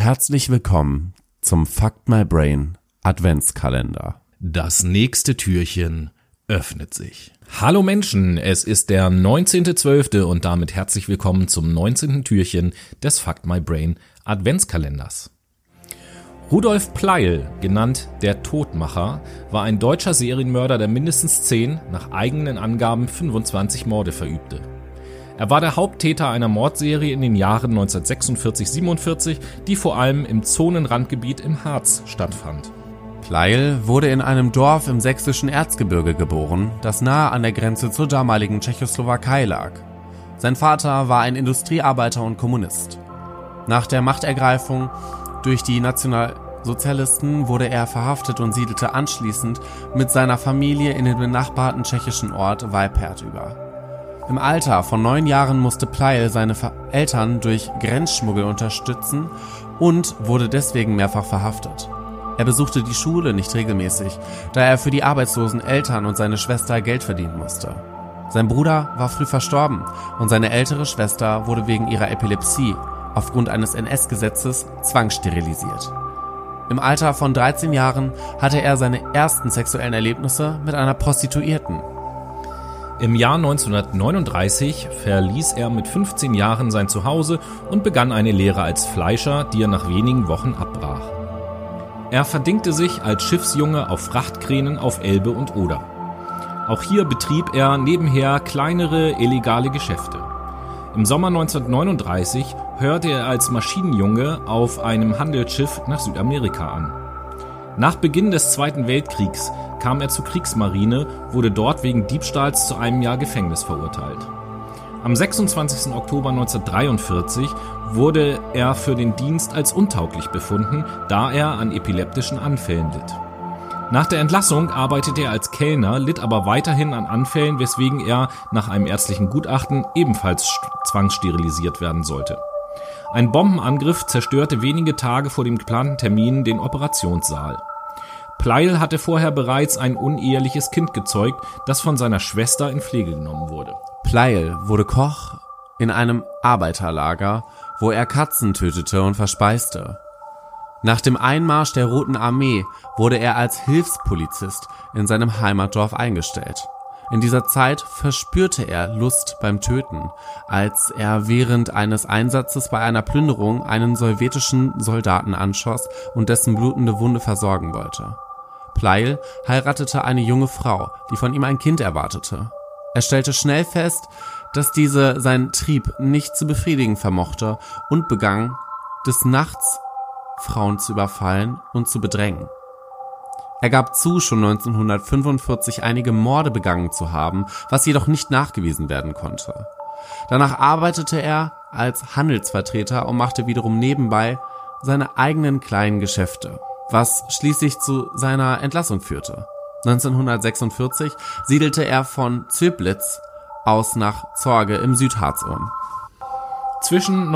Herzlich willkommen zum Fuck My Brain Adventskalender. Das nächste Türchen öffnet sich. Hallo Menschen, es ist der 19.12. und damit herzlich willkommen zum 19. Türchen des Fuck My Brain Adventskalenders. Rudolf Pleil, genannt der Todmacher, war ein deutscher Serienmörder, der mindestens 10, nach eigenen Angaben 25 Morde verübte. Er war der Haupttäter einer Mordserie in den Jahren 1946-47, die vor allem im Zonenrandgebiet im Harz stattfand. Pleil wurde in einem Dorf im sächsischen Erzgebirge geboren, das nahe an der Grenze zur damaligen Tschechoslowakei lag. Sein Vater war ein Industriearbeiter und Kommunist. Nach der Machtergreifung durch die Nationalsozialisten wurde er verhaftet und siedelte anschließend mit seiner Familie in den benachbarten tschechischen Ort Weipert über. Im Alter von 9 Jahren musste Pleil seine Eltern durch Grenzschmuggel unterstützen und wurde deswegen mehrfach verhaftet. Er besuchte die Schule nicht regelmäßig, da er für die arbeitslosen Eltern und seine Schwester Geld verdienen musste. Sein Bruder war früh verstorben und seine ältere Schwester wurde wegen ihrer Epilepsie aufgrund eines NS-Gesetzes zwangssterilisiert. Im Alter von 13 Jahren hatte er seine ersten sexuellen Erlebnisse mit einer Prostituierten. Im Jahr 1939 verließ er mit 15 Jahren sein Zuhause und begann eine Lehre als Fleischer, die er nach wenigen Wochen abbrach. Er verdingte sich als Schiffsjunge auf Frachtkränen auf Elbe und Oder. Auch hier betrieb er nebenher kleinere illegale Geschäfte. Im Sommer 1939 hörte er als Maschinenjunge auf einem Handelsschiff nach Südamerika an. Nach Beginn des Zweiten Weltkriegs kam er zur Kriegsmarine, wurde dort wegen Diebstahls zu einem Jahr Gefängnis verurteilt. Am 26. Oktober 1943 wurde er für den Dienst als untauglich befunden, da er an epileptischen Anfällen litt. Nach der Entlassung arbeitete er als Kellner, litt aber weiterhin an Anfällen, weswegen er nach einem ärztlichen Gutachten ebenfalls zwangssterilisiert werden sollte. Ein Bombenangriff zerstörte wenige Tage vor dem geplanten Termin den Operationssaal. Pleil hatte vorher bereits ein uneheliches Kind gezeugt, das von seiner Schwester in Pflege genommen wurde. Pleil wurde Koch in einem Arbeiterlager, wo er Katzen tötete und verspeiste. Nach dem Einmarsch der Roten Armee wurde er als Hilfspolizist in seinem Heimatdorf eingestellt. In dieser Zeit verspürte er Lust beim Töten, als er während eines Einsatzes bei einer Plünderung einen sowjetischen Soldaten anschoss und dessen blutende Wunde versorgen wollte. Pleil heiratete eine junge Frau, die von ihm ein Kind erwartete. Er stellte schnell fest, dass diese seinen Trieb nicht zu befriedigen vermochte und begann, des Nachts Frauen zu überfallen und zu bedrängen. Er gab zu, schon 1945 einige Morde begangen zu haben, was jedoch nicht nachgewiesen werden konnte. Danach arbeitete er als Handelsvertreter und machte wiederum nebenbei seine eigenen kleinen Geschäfte, was schließlich zu seiner Entlassung führte. 1946 siedelte er von Zöblitz aus nach Zorge im Südharz um. Zwischen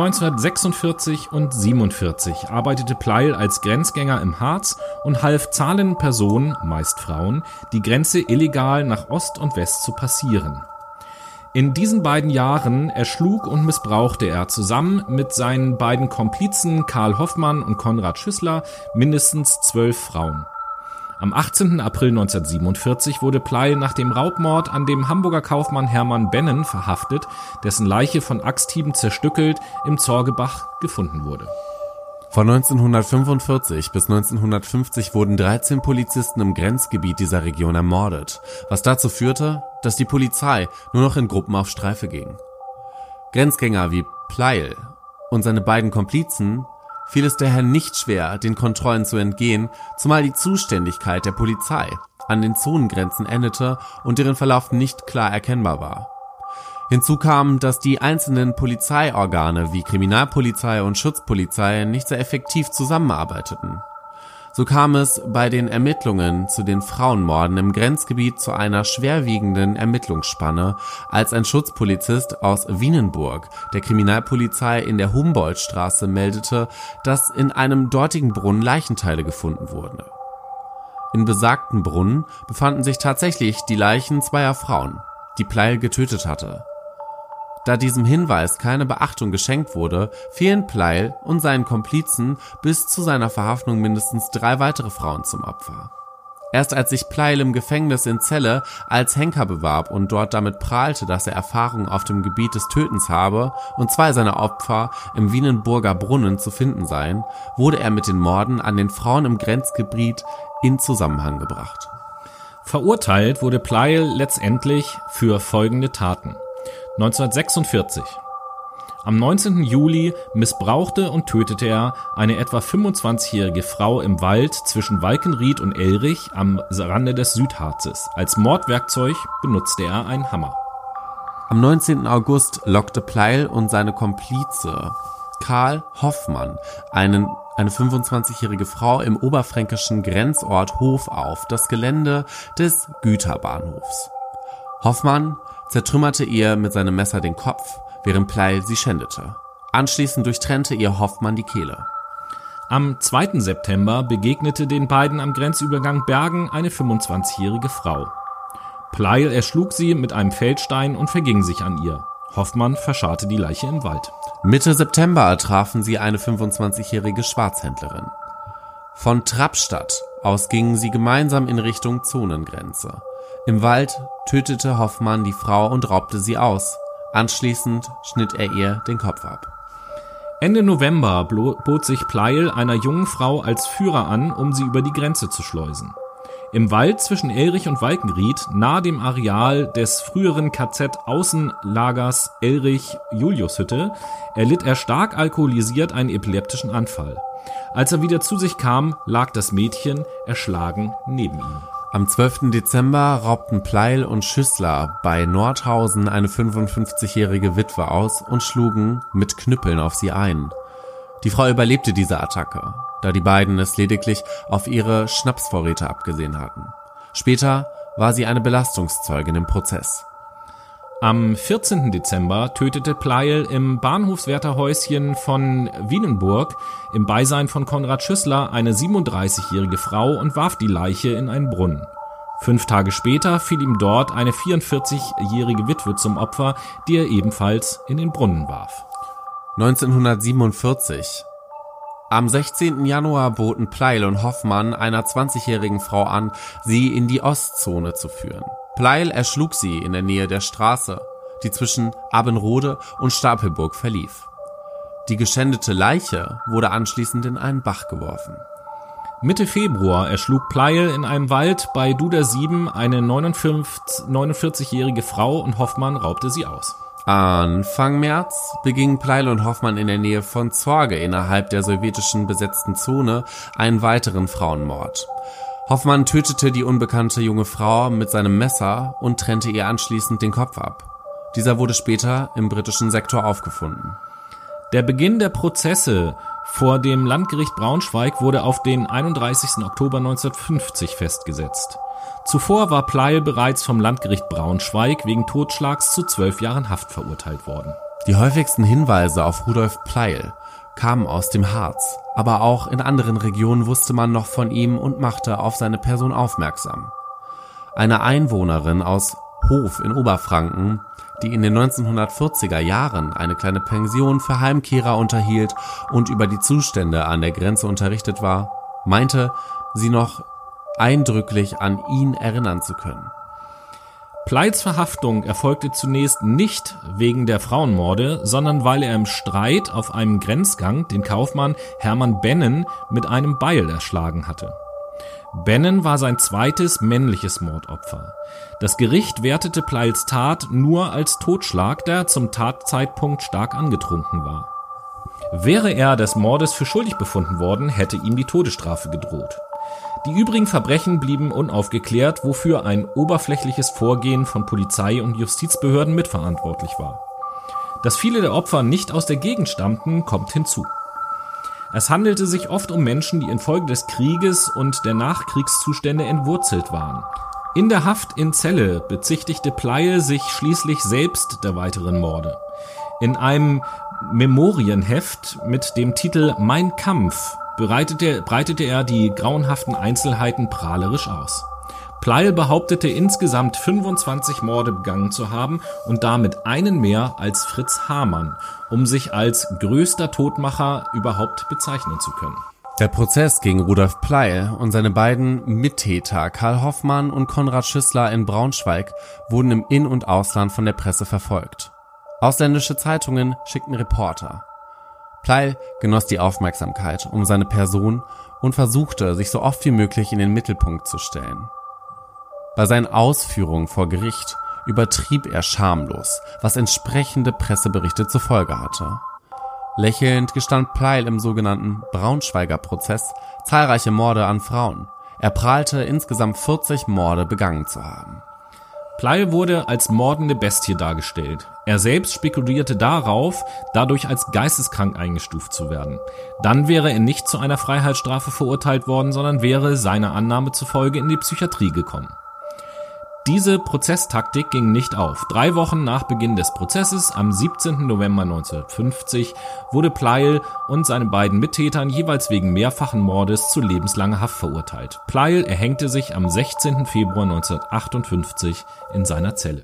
1946 und 1947 arbeitete Pleil als Grenzgänger im Harz und half zahlenden Personen, meist Frauen, die Grenze illegal nach Ost und West zu passieren. In diesen beiden Jahren erschlug und missbrauchte er zusammen mit seinen beiden Komplizen Karl Hoffmann und Konrad Schüssler mindestens 12 Frauen. Am 18. April 1947 wurde Pleil nach dem Raubmord an dem Hamburger Kaufmann Hermann Bennen verhaftet, dessen Leiche von Axthieben zerstückelt im Zorgebach gefunden wurde. Von 1945 bis 1950 wurden 13 Polizisten im Grenzgebiet dieser Region ermordet, was dazu führte, dass die Polizei nur noch in Gruppen auf Streife ging. Grenzgänger wie Pleil und seine beiden Komplizen fiel es daher nicht schwer, den Kontrollen zu entgehen, zumal die Zuständigkeit der Polizei an den Zonengrenzen endete und deren Verlauf nicht klar erkennbar war. Hinzu kam, dass die einzelnen Polizeiorgane wie Kriminalpolizei und Schutzpolizei nicht sehr effektiv zusammenarbeiteten. So kam es bei den Ermittlungen zu den Frauenmorden im Grenzgebiet zu einer schwerwiegenden Ermittlungsspanne, als ein Schutzpolizist aus Wienenburg der Kriminalpolizei in der Humboldtstraße meldete, dass in einem dortigen Brunnen Leichenteile gefunden wurden. In besagten Brunnen befanden sich tatsächlich die Leichen zweier Frauen, die Pleil getötet hatte. Da diesem Hinweis keine Beachtung geschenkt wurde, fielen Pleil und seinen Komplizen bis zu seiner Verhaftung mindestens 3 weitere Frauen zum Opfer. Erst als sich Pleil im Gefängnis in Celle als Henker bewarb und dort damit prahlte, dass er Erfahrung auf dem Gebiet des Tötens habe und 2 seiner Opfer im Wienenburger Brunnen zu finden seien, wurde er mit den Morden an den Frauen im Grenzgebiet in Zusammenhang gebracht. Verurteilt wurde Pleil letztendlich für folgende Taten. 1946. Am 19. Juli missbrauchte und tötete er eine etwa 25-jährige Frau im Wald zwischen Walkenried und Elrich am Rande des Südharzes. Als Mordwerkzeug benutzte er einen Hammer. Am 19. August lockte Pleil und seine Komplize Karl Hoffmann eine 25-jährige Frau im oberfränkischen Grenzort Hof auf das Gelände des Güterbahnhofs. Hoffmann zertrümmerte ihr mit seinem Messer den Kopf, während Pleil sie schändete. Anschließend durchtrennte ihr Hoffmann die Kehle. Am 2. September begegnete den beiden am Grenzübergang Bergen eine 25-jährige Frau. Pleil erschlug sie mit einem Feldstein und verging sich an ihr. Hoffmann verscharrte die Leiche im Wald. Mitte September trafen sie eine 25-jährige Schwarzhändlerin. Von Trappstadt aus gingen sie gemeinsam in Richtung Zonengrenze. Im Wald tötete Hoffmann die Frau und raubte sie aus. Anschließend schnitt er ihr den Kopf ab. Ende November bot sich Pleil einer jungen Frau als Führer an, um sie über die Grenze zu schleusen. Im Wald zwischen Elrich und Walkenried, nahe dem Areal des früheren KZ-Außenlagers Elrich-Juliushütte, erlitt er stark alkoholisiert einen epileptischen Anfall. Als er wieder zu sich kam, lag das Mädchen erschlagen neben ihm. Am 12. Dezember raubten Pleil und Schüssler bei Nordhausen eine 55-jährige Witwe aus und schlugen mit Knüppeln auf sie ein. Die Frau überlebte diese Attacke, da die beiden es lediglich auf ihre Schnapsvorräte abgesehen hatten. Später war sie eine Belastungszeugin im Prozess. Am 14. Dezember tötete Pleil im Bahnhofswärterhäuschen von Wienenburg im Beisein von Konrad Schüssler eine 37-jährige Frau und warf die Leiche in einen Brunnen. 5 Tage später fiel ihm dort eine 44-jährige Witwe zum Opfer, die er ebenfalls in den Brunnen warf. 1947. Am 16. Januar boten Pleil und Hoffmann einer 20-jährigen Frau an, sie in die Ostzone zu führen. Pleil erschlug sie in der Nähe der Straße, die zwischen Abbenrode und Stapelburg verlief. Die geschändete Leiche wurde anschließend in einen Bach geworfen. Mitte Februar erschlug Pleil in einem Wald bei Dudersieben eine 49-jährige Frau und Hoffmann raubte sie aus. Anfang März begingen Pleil und Hoffmann in der Nähe von Zorge innerhalb der sowjetischen besetzten Zone einen weiteren Frauenmord. Hoffmann tötete die unbekannte junge Frau mit seinem Messer und trennte ihr anschließend den Kopf ab. Dieser wurde später im britischen Sektor aufgefunden. Der Beginn der Prozesse vor dem Landgericht Braunschweig wurde auf den 31. Oktober 1950 festgesetzt. Zuvor war Pleil bereits vom Landgericht Braunschweig wegen Totschlags zu 12 Jahren Haft verurteilt worden. Die häufigsten Hinweise auf Rudolf Pleil kamen aus dem Harz, aber auch in anderen Regionen wusste man noch von ihm und machte auf seine Person aufmerksam. Eine Einwohnerin aus Hof in Oberfranken, die in den 1940er Jahren eine kleine Pension für Heimkehrer unterhielt und über die Zustände an der Grenze unterrichtet war, meinte, sie noch eindrücklich an ihn erinnern zu können. Pleils Verhaftung erfolgte zunächst nicht wegen der Frauenmorde, sondern weil er im Streit auf einem Grenzgang den Kaufmann Hermann Bennen mit einem Beil erschlagen hatte. Bennen war sein zweites männliches Mordopfer. Das Gericht wertete Pleils Tat nur als Totschlag, da er zum Tatzeitpunkt stark angetrunken war. Wäre er des Mordes für schuldig befunden worden, hätte ihm die Todesstrafe gedroht. Die übrigen Verbrechen blieben unaufgeklärt, wofür ein oberflächliches Vorgehen von Polizei und Justizbehörden mitverantwortlich war. Dass viele der Opfer nicht aus der Gegend stammten, kommt hinzu. Es handelte sich oft um Menschen, die infolge des Krieges und der Nachkriegszustände entwurzelt waren. In der Haft in Celle bezichtigte Pleil sich schließlich selbst der weiteren Morde. In einem Memorienheft mit dem Titel Mein Kampf breitete er die grauenhaften Einzelheiten prahlerisch aus. Pleil behauptete insgesamt 25 Morde begangen zu haben und damit einen mehr als Fritz Hamann, um sich als größter Todmacher überhaupt bezeichnen zu können. Der Prozess gegen Rudolf Pleil und seine beiden Mittäter Karl Hoffmann und Konrad Schüssler in Braunschweig wurden im In- und Ausland von der Presse verfolgt. Ausländische Zeitungen schickten Reporter. Pleil genoss die Aufmerksamkeit um seine Person und versuchte, sich so oft wie möglich in den Mittelpunkt zu stellen. Bei seinen Ausführungen vor Gericht übertrieb er schamlos, was entsprechende Presseberichte zur Folge hatte. Lächelnd gestand Pleil im sogenannten Braunschweiger Prozess zahlreiche Morde an Frauen. Er prahlte, insgesamt 40 Morde begangen zu haben. Pleil wurde als mordende Bestie dargestellt. Er selbst spekulierte darauf, dadurch als geisteskrank eingestuft zu werden. Dann wäre er nicht zu einer Freiheitsstrafe verurteilt worden, sondern wäre seiner Annahme zufolge in die Psychiatrie gekommen. Diese Prozesstaktik ging nicht auf. 3 Wochen nach Beginn des Prozesses, am 17. November 1950, wurde Pleil und seine beiden Mittätern jeweils wegen mehrfachen Mordes zu lebenslanger Haft verurteilt. Pleil erhängte sich am 16. Februar 1958 in seiner Zelle.